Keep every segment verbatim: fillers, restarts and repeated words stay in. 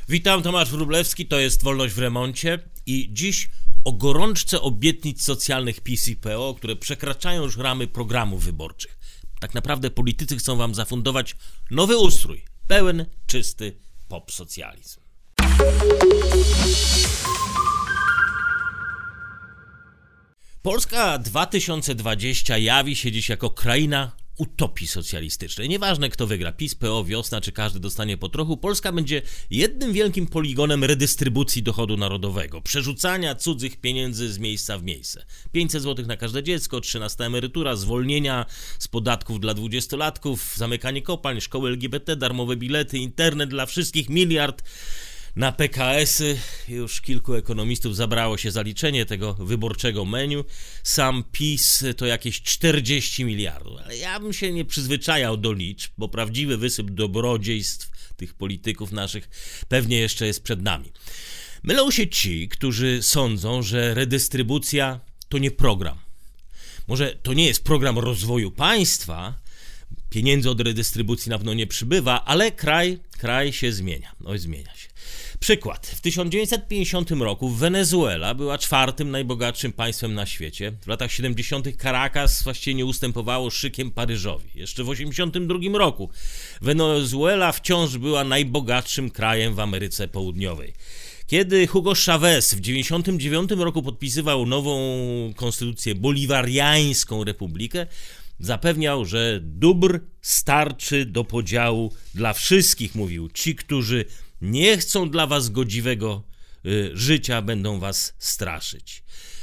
Witam, Tomasz Wróblewski, to jest Wolność w Remoncie i dziś o gorączce obietnic socjalnych PiS i P O, które przekraczają już ramy programów wyborczych. Tak naprawdę politycy chcą wam zafundować nowy ustrój, pełen, czysty pop-socjalizm. Polska dwa tysiące dwadzieścia jawi się dziś jako kraina utopii socjalistycznej. Nieważne kto wygra, PiS, P O, Wiosna czy każdy dostanie po trochu, Polska będzie jednym wielkim poligonem redystrybucji dochodu narodowego, przerzucania cudzych pieniędzy z miejsca w miejsce. pięćset złotych na każde dziecko, trzynasta emerytura, zwolnienia z podatków dla dwudziestolatków, zamykanie kopalń, szkoły L G B T, darmowe bilety, internet dla wszystkich, miliard na P K S-y. Już kilku ekonomistów zabrało się za liczenie tego wyborczego menu. Sam PiS to jakieś czterdzieści miliardów. Ale ja bym się nie przyzwyczajał do liczb, bo prawdziwy wysyp dobrodziejstw tych polityków naszych pewnie jeszcze jest przed nami. Mylą się ci, którzy sądzą, że redystrybucja to nie program. Może to nie jest program rozwoju państwa, pieniędzy od redystrybucji na pewno nie przybywa, ale kraj, kraj się zmienia. Oj, zmienia się. Przykład. W tysiąc dziewięćset pięćdziesiątym roku Wenezuela była czwartym najbogatszym państwem na świecie. W latach siedemdziesiątych Caracas właściwie nie ustępowało szykiem Paryżowi. Jeszcze w osiemdziesiątym drugim roku Wenezuela wciąż była najbogatszym krajem w Ameryce Południowej. Kiedy Hugo Chavez w dziewięćdziesiątym dziewiątym roku podpisywał nową konstytucję boliwariańską republikę, zapewniał, że dóbr starczy do podziału dla wszystkich, mówił. Ci, którzy nie chcą dla was godziwego y, życia, będą was straszyć.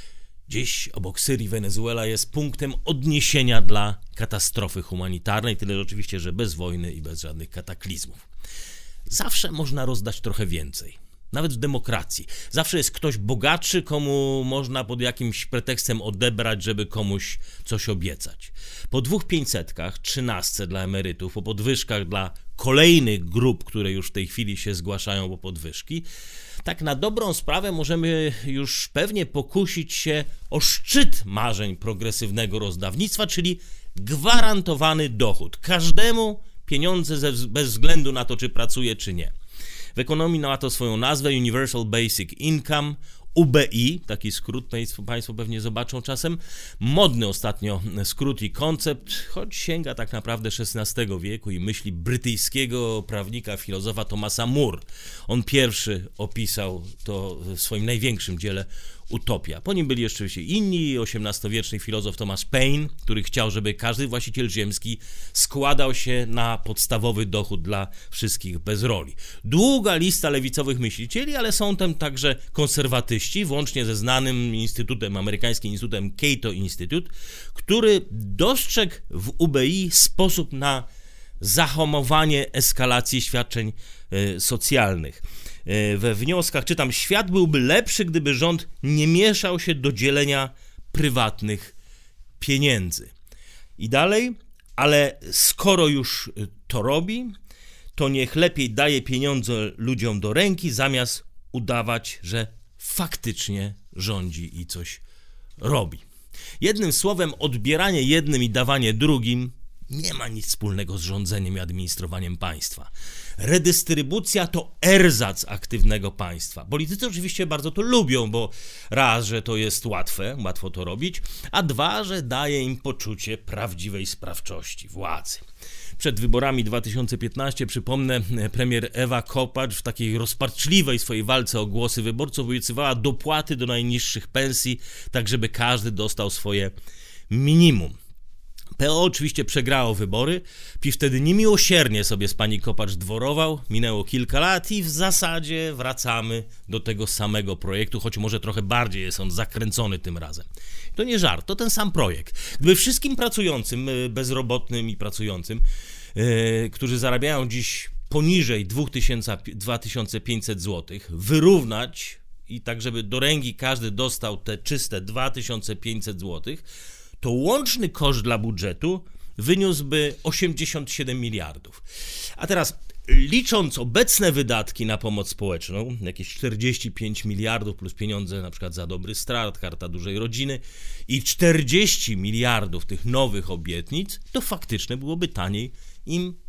Dziś obok Syrii Wenezuela jest punktem odniesienia dla katastrofy humanitarnej, tyle oczywiście, że bez wojny i bez żadnych kataklizmów. Zawsze można rozdać trochę więcej. Nawet w demokracji. Zawsze jest ktoś bogatszy, komu można pod jakimś pretekstem odebrać, żeby komuś coś obiecać. Po dwóch pięćsetkach, trzynastce dla emerytów, po podwyżkach dla kolejnych grup, które już w tej chwili się zgłaszają po podwyżki, tak na dobrą sprawę możemy już pewnie pokusić się o szczyt marzeń progresywnego rozdawnictwa, czyli gwarantowany dochód. Każdemu pieniądze bez względu na to, czy pracuje, czy nie. W ekonomii ma to swoją nazwę Universal Basic Income, U B I, taki skrót Państwo, Państwo pewnie zobaczą czasem, modny ostatnio skrót i koncept, choć sięga tak naprawdę szesnastego wieku i myśli brytyjskiego prawnika, filozofa Thomasa More. On pierwszy opisał to w swoim największym dziele Utopia. Po nim byli jeszcze inni, osiemnastowieczny filozof Thomas Paine, który chciał, żeby każdy właściciel ziemski składał się na podstawowy dochód dla wszystkich bez roli. Długa lista lewicowych myślicieli, ale są tam także konserwatyści, włącznie ze znanym instytutem, amerykańskim instytutem Cato Institute, który dostrzegł w U B I sposób na zahamowanie eskalacji świadczeń y, socjalnych. We wnioskach czytam: świat byłby lepszy, gdyby rząd nie mieszał się do dzielenia prywatnych pieniędzy. I dalej, ale skoro już to robi, to niech lepiej daje pieniądze ludziom do ręki, zamiast udawać, że faktycznie rządzi i coś robi. Jednym słowem, odbieranie jednym i dawanie drugim nie ma nic wspólnego z rządzeniem i administrowaniem państwa. Redystrybucja to erzac aktywnego państwa. Politycy oczywiście bardzo to lubią, bo raz, że to jest łatwe, łatwo to robić, a dwa, że daje im poczucie prawdziwej sprawczości władzy. Przed wyborami dwa tysiące piętnastego, przypomnę, premier Ewa Kopacz w takiej rozpaczliwej swojej walce o głosy wyborców obiecywała dopłaty do najniższych pensji, tak żeby każdy dostał swoje minimum. P O oczywiście przegrało wybory, PiS wtedy niemiłosiernie sobie z pani Kopacz dworował, minęło kilka lat i w zasadzie wracamy do tego samego projektu, choć może trochę bardziej jest on zakręcony tym razem. To nie żart, to ten sam projekt. Gdyby wszystkim pracującym, bezrobotnym i pracującym, yy, którzy zarabiają dziś poniżej dwa tysiące pięćset złotych, wyrównać i tak, żeby do ręki każdy dostał te czyste dwa tysiące pięćset złotych, to łączny koszt dla budżetu wyniósłby osiemdziesiąt siedem miliardów. A teraz, licząc obecne wydatki na pomoc społeczną, jakieś czterdzieści pięć miliardów plus pieniądze na przykład za Dobry Start, Karta Dużej Rodziny i czterdzieści miliardów tych nowych obietnic, to faktycznie byłoby taniej im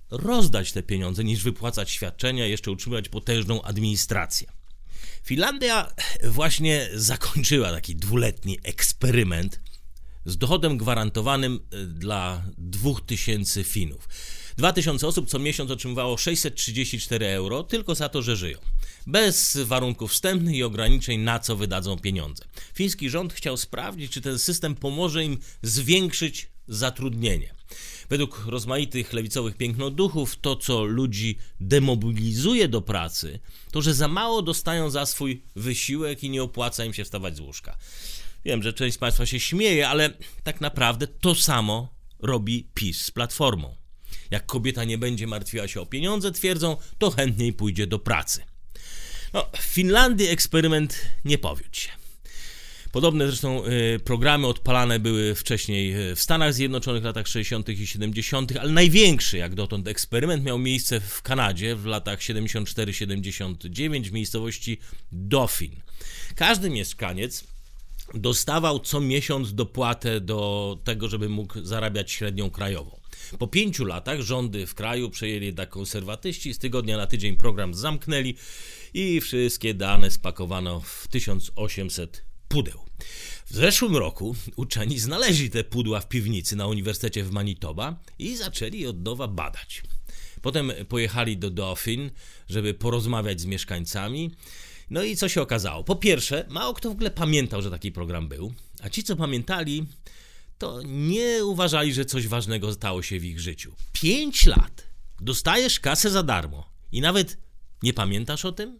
rozdać te pieniądze, niż wypłacać świadczenia, jeszcze utrzymywać potężną administrację. Finlandia właśnie zakończyła taki dwuletni eksperyment z dochodem gwarantowanym dla dwóch tysięcy Finów. Dwa tysiące osób co miesiąc otrzymywało sześćset trzydzieści cztery euro tylko za to, że żyją. Bez warunków wstępnych i ograniczeń, na co wydadzą pieniądze. Fiński rząd chciał sprawdzić, czy ten system pomoże im zwiększyć zatrudnienie. Według rozmaitych lewicowych pięknoduchów to, co ludzi demobilizuje do pracy, to, że za mało dostają za swój wysiłek i nie opłaca im się wstawać z łóżka. Wiem, że część z Państwa się śmieje, ale tak naprawdę to samo robi PiS z Platformą. Jak kobieta nie będzie martwiła się o pieniądze, twierdzą, to chętniej pójdzie do pracy. No, w Finlandii eksperyment nie powiódł się. Podobne zresztą y, programy odpalane były wcześniej w Stanach Zjednoczonych w latach sześćdziesiątych i siedemdziesiątych, ale największy jak dotąd eksperyment miał miejsce w Kanadzie w latach siedemdziesiąt cztery siedemdziesiąt dziewięć w miejscowości Dauphin. Każdy mieszkaniec dostawał co miesiąc dopłatę do tego, żeby mógł zarabiać średnią krajową. Po pięciu latach rządy w kraju przejęli jednak konserwatyści, z tygodnia na tydzień program zamknęli i wszystkie dane spakowano w tysiąc osiemset pudeł. W zeszłym roku uczeni znaleźli te pudła w piwnicy na Uniwersytecie w Manitoba i zaczęli je od nowa badać. Potem pojechali do Dauphin, żeby porozmawiać z mieszkańcami. No i co się okazało? Po pierwsze, mało kto w ogóle pamiętał, że taki program był, a ci, co pamiętali, to nie uważali, że coś ważnego stało się w ich życiu. Pięć lat dostajesz kasę za darmo i nawet nie pamiętasz o tym?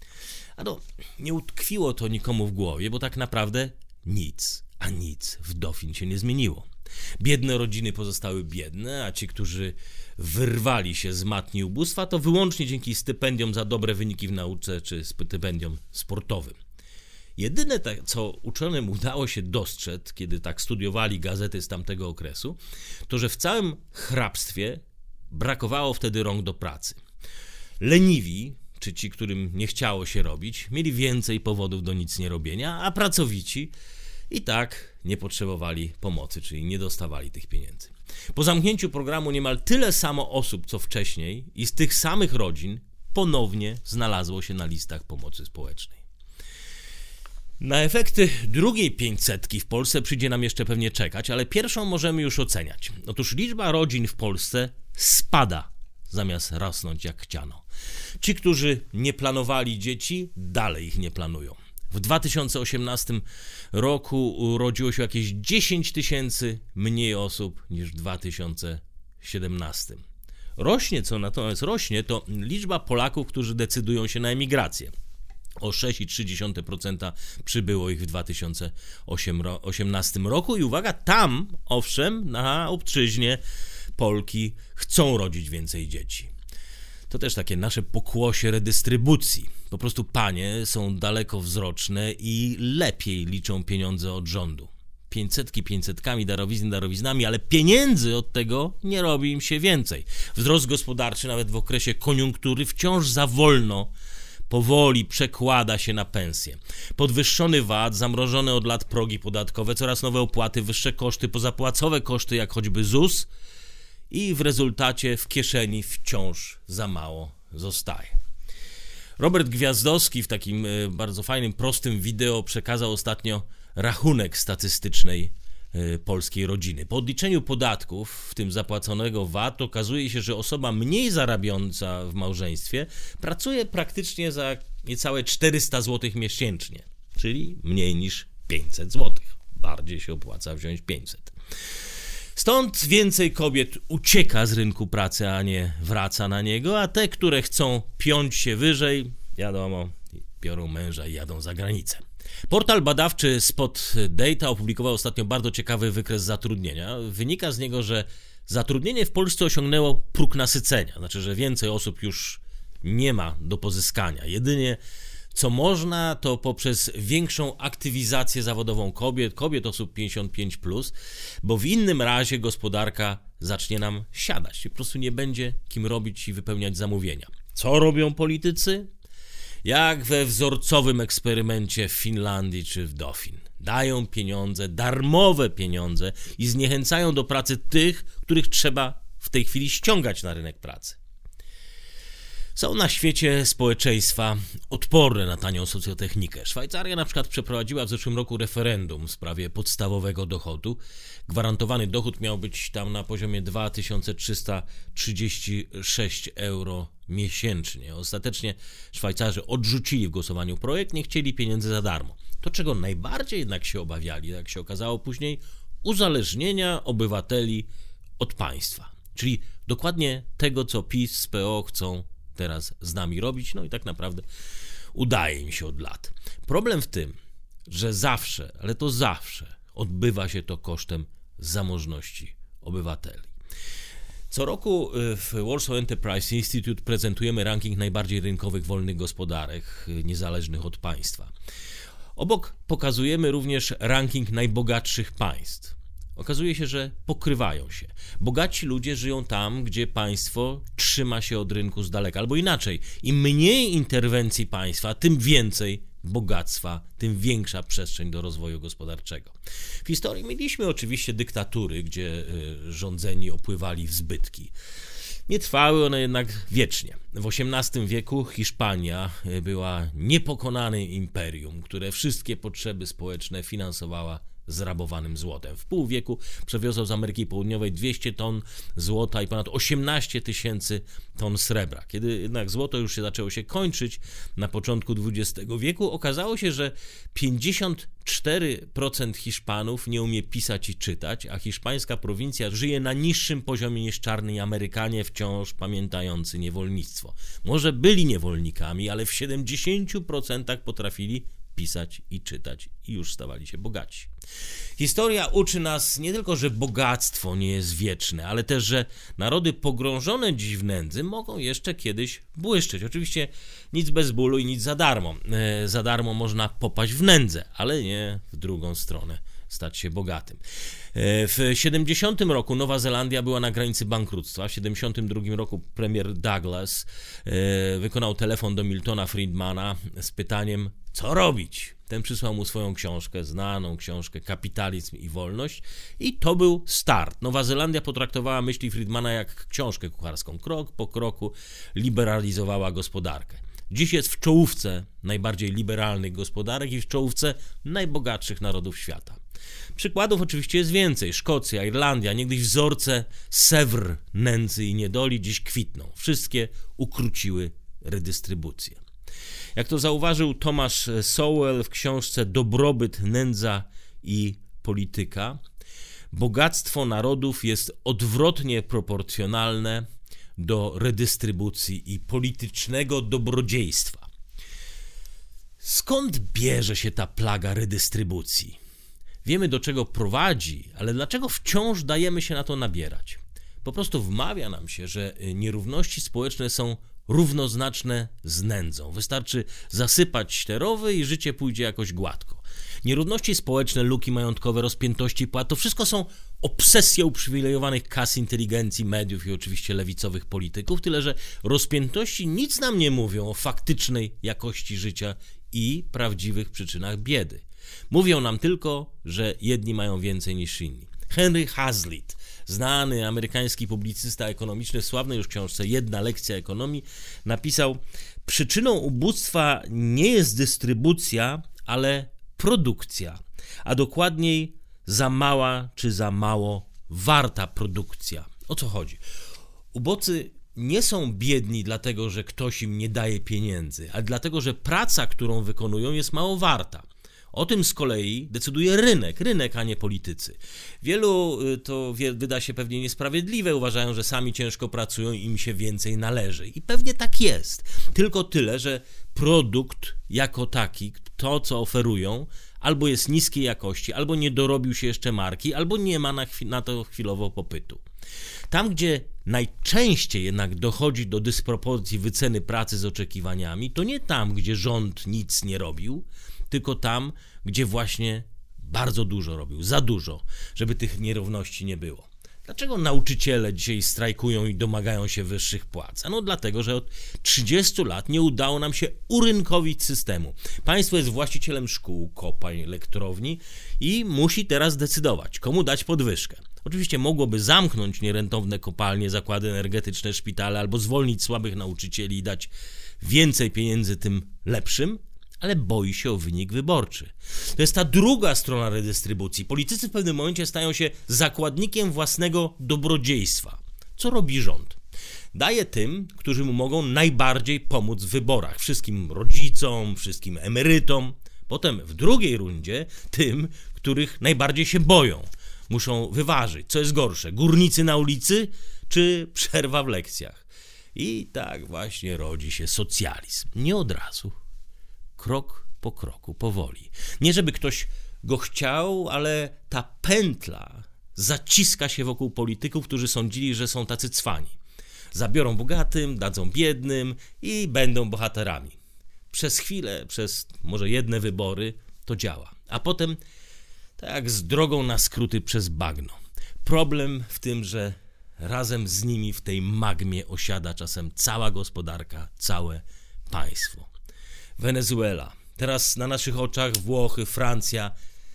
A no, nie utkwiło to nikomu w głowie, bo tak naprawdę nic, a nic w Dauphin się nie zmieniło. Biedne rodziny pozostały biedne, a ci, którzy wyrwali się z matni ubóstwa, to wyłącznie dzięki stypendiom za dobre wyniki w nauce czy stypendiom sportowym. Jedyne, co uczonym udało się dostrzec, kiedy tak studiowali gazety z tamtego okresu, to że w całym hrabstwie brakowało wtedy rąk do pracy. Leniwi, czy ci, którym nie chciało się robić, mieli więcej powodów do nic nie robienia, a pracowici i tak nie potrzebowali pomocy, czyli nie dostawali tych pieniędzy. Po zamknięciu programu niemal tyle samo osób, co wcześniej i z tych samych rodzin ponownie znalazło się na listach pomocy społecznej. Na efekty drugiej pięćsetki w Polsce przyjdzie nam jeszcze pewnie czekać, ale pierwszą możemy już oceniać. Otóż liczba rodzin w Polsce spada, zamiast rosnąć jak chciano. Ci, którzy nie planowali dzieci, dalej ich nie planują. W dwa tysiące osiemnastym roku urodziło się jakieś dziesięć tysięcy mniej osób niż w dwa tysiące siedemnastym. Rośnie, co natomiast rośnie, to liczba Polaków, którzy decydują się na emigrację. O sześć przecinek trzy procent przybyło ich w dwa tysiące osiemnastym roku i uwaga, tam owszem, na obczyźnie Polki chcą rodzić więcej dzieci. To też takie nasze pokłosie redystrybucji. Po prostu panie są dalekowzroczne i lepiej liczą pieniądze od rządu. Pięćsetki pięćsetkami, darowizny darowiznami, ale pieniędzy od tego nie robi im się więcej. Wzrost gospodarczy nawet w okresie koniunktury wciąż za wolno powoli przekłada się na pensje. Podwyższony V A T, zamrożone od lat progi podatkowe, coraz nowe opłaty, wyższe koszty, pozapłacowe koszty jak choćby Z U S i w rezultacie w kieszeni wciąż za mało zostaje. Robert Gwiazdowski w takim bardzo fajnym, prostym wideo przekazał ostatnio rachunek statystycznej polskiej rodziny. Po odliczeniu podatków, w tym zapłaconego V A T, okazuje się, że osoba mniej zarabiająca w małżeństwie pracuje praktycznie za niecałe czterysta złotych miesięcznie, czyli mniej niż pięćset złotych. Bardziej się opłaca wziąć pięćset. Stąd więcej kobiet ucieka z rynku pracy, a nie wraca na niego, a te, które chcą piąć się wyżej, wiadomo, biorą męża i jadą za granicę. Portal badawczy Spot Data opublikował ostatnio bardzo ciekawy wykres zatrudnienia. Wynika z niego, że zatrudnienie w Polsce osiągnęło próg nasycenia, znaczy, że więcej osób już nie ma do pozyskania. Jedynie co można, to poprzez większą aktywizację zawodową kobiet, kobiet osób pięćdziesiąt pięć plus, bo w innym razie gospodarka zacznie nam siadać. Po prostu nie będzie kim robić i wypełniać zamówienia. Co robią politycy? Jak we wzorcowym eksperymencie w Finlandii czy w Dauphin. Dają pieniądze, darmowe pieniądze i zniechęcają do pracy tych, których trzeba w tej chwili ściągać na rynek pracy. Są na świecie społeczeństwa odporne na tanią socjotechnikę. Szwajcaria na przykład przeprowadziła w zeszłym roku referendum w sprawie podstawowego dochodu. Gwarantowany dochód miał być tam na poziomie dwa tysiące trzysta trzydzieści sześć euro miesięcznie. Ostatecznie Szwajcarzy odrzucili w głosowaniu projekt, nie chcieli pieniędzy za darmo. To, czego najbardziej jednak się obawiali, jak się okazało później, uzależnienia obywateli od państwa. Czyli dokładnie tego, co PiS z P O chcą teraz z nami robić, no i tak naprawdę udaje im się od lat. Problem w tym, że zawsze, ale to zawsze odbywa się to kosztem zamożności obywateli. Co roku w Warsaw Enterprise Institute prezentujemy ranking najbardziej rynkowych wolnych gospodarek niezależnych od państwa. Obok pokazujemy również ranking najbogatszych państw. Okazuje się, że pokrywają się. Bogaci ludzie żyją tam, gdzie państwo trzyma się od rynku z daleka. Albo inaczej, im mniej interwencji państwa, tym więcej bogactwa, tym większa przestrzeń do rozwoju gospodarczego. W historii mieliśmy oczywiście dyktatury, gdzie rządzeni opływali w zbytki. Nie trwały one jednak wiecznie. W osiemnastym wieku Hiszpania była niepokonanym imperium, które wszystkie potrzeby społeczne finansowała zrabowanym złotem. W pół wieku przewiozał z Ameryki Południowej dwieście ton złota i ponad osiemnaście tysięcy ton srebra. Kiedy jednak złoto już się zaczęło się kończyć na początku dwudziestego wieku, okazało się, że pięćdziesiąt cztery procent Hiszpanów nie umie pisać i czytać, a hiszpańska prowincja żyje na niższym poziomie niż czarni Amerykanie, wciąż pamiętający niewolnictwo. Może byli niewolnikami, ale w siedemdziesięciu procentach potrafili pisać i czytać i już stawali się bogaci. Historia uczy nas nie tylko, że bogactwo nie jest wieczne, ale też, że narody pogrążone dziś w nędzy mogą jeszcze kiedyś błyszczeć. Oczywiście nic bez bólu i nic za darmo. E, za darmo można popaść w nędzę, ale nie w drugą stronę, stać się bogatym. W siedemdziesiątym roku Nowa Zelandia była na granicy bankructwa. W siedemdziesiątym drugim roku premier Douglas wykonał telefon do Miltona Friedmana z pytaniem, co robić? Ten przysłał mu swoją książkę, znaną książkę Kapitalizm i wolność i to był start. Nowa Zelandia potraktowała myśli Friedmana jak książkę kucharską. Krok po kroku liberalizowała gospodarkę. Dziś jest w czołówce najbardziej liberalnych gospodarek i w czołówce najbogatszych narodów świata. Przykładów oczywiście jest więcej. Szkocja, Irlandia, niegdyś wzorce Sewr nędzy i niedoli, dziś kwitną. Wszystkie ukróciły redystrybucję. Jak to zauważył Thomas Sowell w książce Dobrobyt, nędza i polityka, bogactwo narodów jest odwrotnie proporcjonalne do redystrybucji i politycznego dobrodziejstwa. Skąd bierze się ta plaga redystrybucji? Wiemy, do czego prowadzi, ale dlaczego wciąż dajemy się na to nabierać? Po prostu wmawia nam się, że nierówności społeczne są równoznaczne z nędzą. Wystarczy zasypać te rowy i życie pójdzie jakoś gładko. Nierówności społeczne, luki majątkowe, rozpiętości płac, to wszystko są obsesje uprzywilejowanych kas inteligencji, mediów i oczywiście lewicowych polityków, tyle że rozpiętości nic nam nie mówią o faktycznej jakości życia i prawdziwych przyczynach biedy. Mówią nam tylko, że jedni mają więcej niż inni. Henry Hazlitt, znany amerykański publicysta ekonomiczny w sławnej już książce Jedna lekcja ekonomii, napisał: przyczyną ubóstwa nie jest dystrybucja, ale produkcja, a dokładniej za mała czy za mało warta produkcja. O co chodzi? Ubodzy nie są biedni dlatego, że ktoś im nie daje pieniędzy, ale dlatego, że praca, którą wykonują, jest mało warta. O tym z kolei decyduje rynek, rynek, a nie politycy. Wielu to wyda się pewnie niesprawiedliwe, uważają, że sami ciężko pracują i im się więcej należy. I pewnie tak jest. Tylko tyle, że produkt jako taki, to co oferują, albo jest niskiej jakości, albo nie dorobił się jeszcze marki, albo nie ma na, chwi- na to chwilowo popytu. Tam, gdzie najczęściej jednak dochodzi do dysproporcji wyceny pracy z oczekiwaniami, to nie tam, gdzie rząd nic nie robił, tylko tam, gdzie właśnie bardzo dużo robił, za dużo, żeby tych nierówności nie było. Dlaczego nauczyciele dzisiaj strajkują i domagają się wyższych płac? Ano dlatego, że od trzydziestu lat nie udało nam się urynkowić systemu. Państwo jest właścicielem szkół, kopalń, elektrowni i musi teraz decydować, komu dać podwyżkę. Oczywiście mogłoby zamknąć nierentowne kopalnie, zakłady energetyczne, szpitale albo zwolnić słabych nauczycieli i dać więcej pieniędzy tym lepszym, ale boi się o wynik wyborczy. To jest ta druga strona redystrybucji. Politycy w pewnym momencie stają się zakładnikiem własnego dobrodziejstwa. Co robi rząd? Daje tym, którzy mu mogą najbardziej pomóc w wyborach. Wszystkim rodzicom, wszystkim emerytom. Potem w drugiej rundzie tym, których najbardziej się boją. Muszą wyważyć, co jest gorsze, górnicy na ulicy czy przerwa w lekcjach. I tak właśnie rodzi się socjalizm. Nie od razu. Krok po kroku, powoli. Nie żeby ktoś go chciał, ale ta pętla zaciska się wokół polityków, którzy sądzili, że są tacy cwani. Zabiorą bogatym, dadzą biednym i będą bohaterami. Przez chwilę, przez może jedne wybory to działa. A potem tak jak z drogą na skróty przez bagno. Problem w tym, że razem z nimi w tej magmie osiada czasem cała gospodarka, całe państwo. Wenezuela, teraz na naszych oczach Włochy, Francja,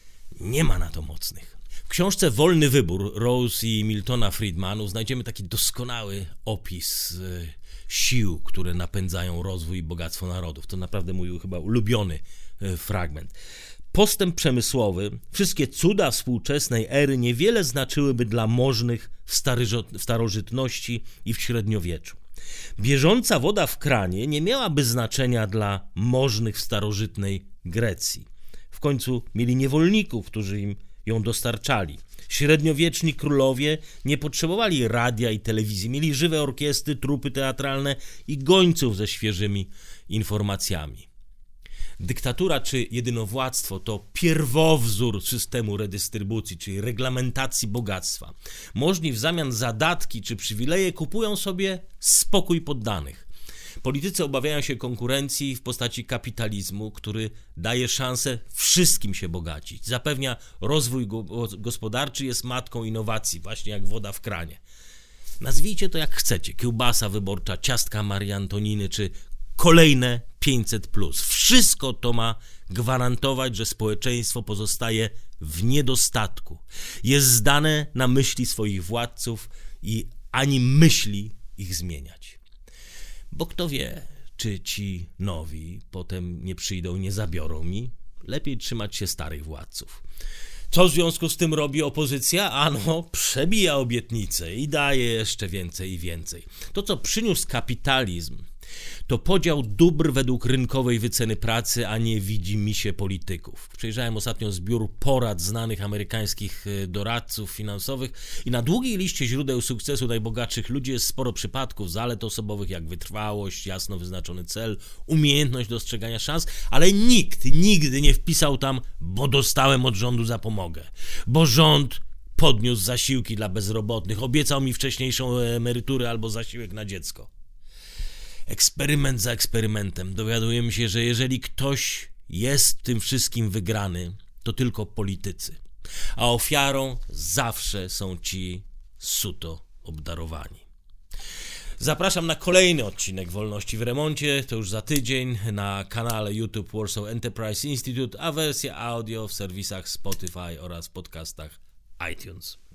nie ma na to mocnych. W książce Wolny Wybór Rose i Miltona Friedmanu znajdziemy taki doskonały opis y, sił, które napędzają rozwój i bogactwo narodów. To naprawdę mój chyba ulubiony y, fragment. Postęp przemysłowy, wszystkie cuda współczesnej ery niewiele znaczyłyby dla możnych w, staryżo- w starożytności i w średniowieczu. Bieżąca woda w kranie nie miałaby znaczenia dla możnych w starożytnej Grecji. W końcu mieli niewolników, którzy im ją dostarczali. Średniowieczni królowie nie potrzebowali radia i telewizji, mieli żywe orkiestry, trupy teatralne i gońców ze świeżymi informacjami. Dyktatura czy jedynowładztwo to pierwowzór systemu redystrybucji, czyli reglamentacji bogactwa. Możni w zamian za datki czy przywileje kupują sobie spokój poddanych. Politycy obawiają się konkurencji w postaci kapitalizmu, który daje szansę wszystkim się bogacić. Zapewnia rozwój gospodarczy, jest matką innowacji, właśnie jak woda w kranie. Nazwijcie to jak chcecie. Kiełbasa wyborcza, ciastka Marii Antoniny czy kolejne pięćset plus. Wszystko to ma gwarantować, że społeczeństwo pozostaje w niedostatku. Jest zdane na myśli swoich władców i ani myśli ich zmieniać. Bo kto wie, czy ci nowi potem nie przyjdą, nie zabiorą mi. Lepiej trzymać się starych władców. Co w związku z tym robi opozycja? Ano, przebija obietnice i daje jeszcze więcej i więcej. To, co przyniósł kapitalizm, to podział dóbr według rynkowej wyceny pracy, a nie widzimisię polityków. Przejrzałem ostatnio zbiór porad znanych amerykańskich doradców finansowych i na długiej liście źródeł sukcesu najbogatszych ludzi jest sporo przypadków, zalet osobowych jak wytrwałość, jasno wyznaczony cel, umiejętność dostrzegania szans, ale nikt nigdy nie wpisał tam, bo dostałem od rządu zapomogę, bo rząd podniósł zasiłki dla bezrobotnych, obiecał mi wcześniejszą emeryturę albo zasiłek na dziecko. Eksperyment za eksperymentem dowiadujemy się, że jeżeli ktoś jest w tym wszystkim wygrany, to tylko politycy, a ofiarą zawsze są ci suto obdarowani. Zapraszam na kolejny odcinek Wolności w Remoncie, to już za tydzień na kanale YouTube Warsaw Enterprise Institute, a wersja audio w serwisach Spotify oraz podcastach iTunes.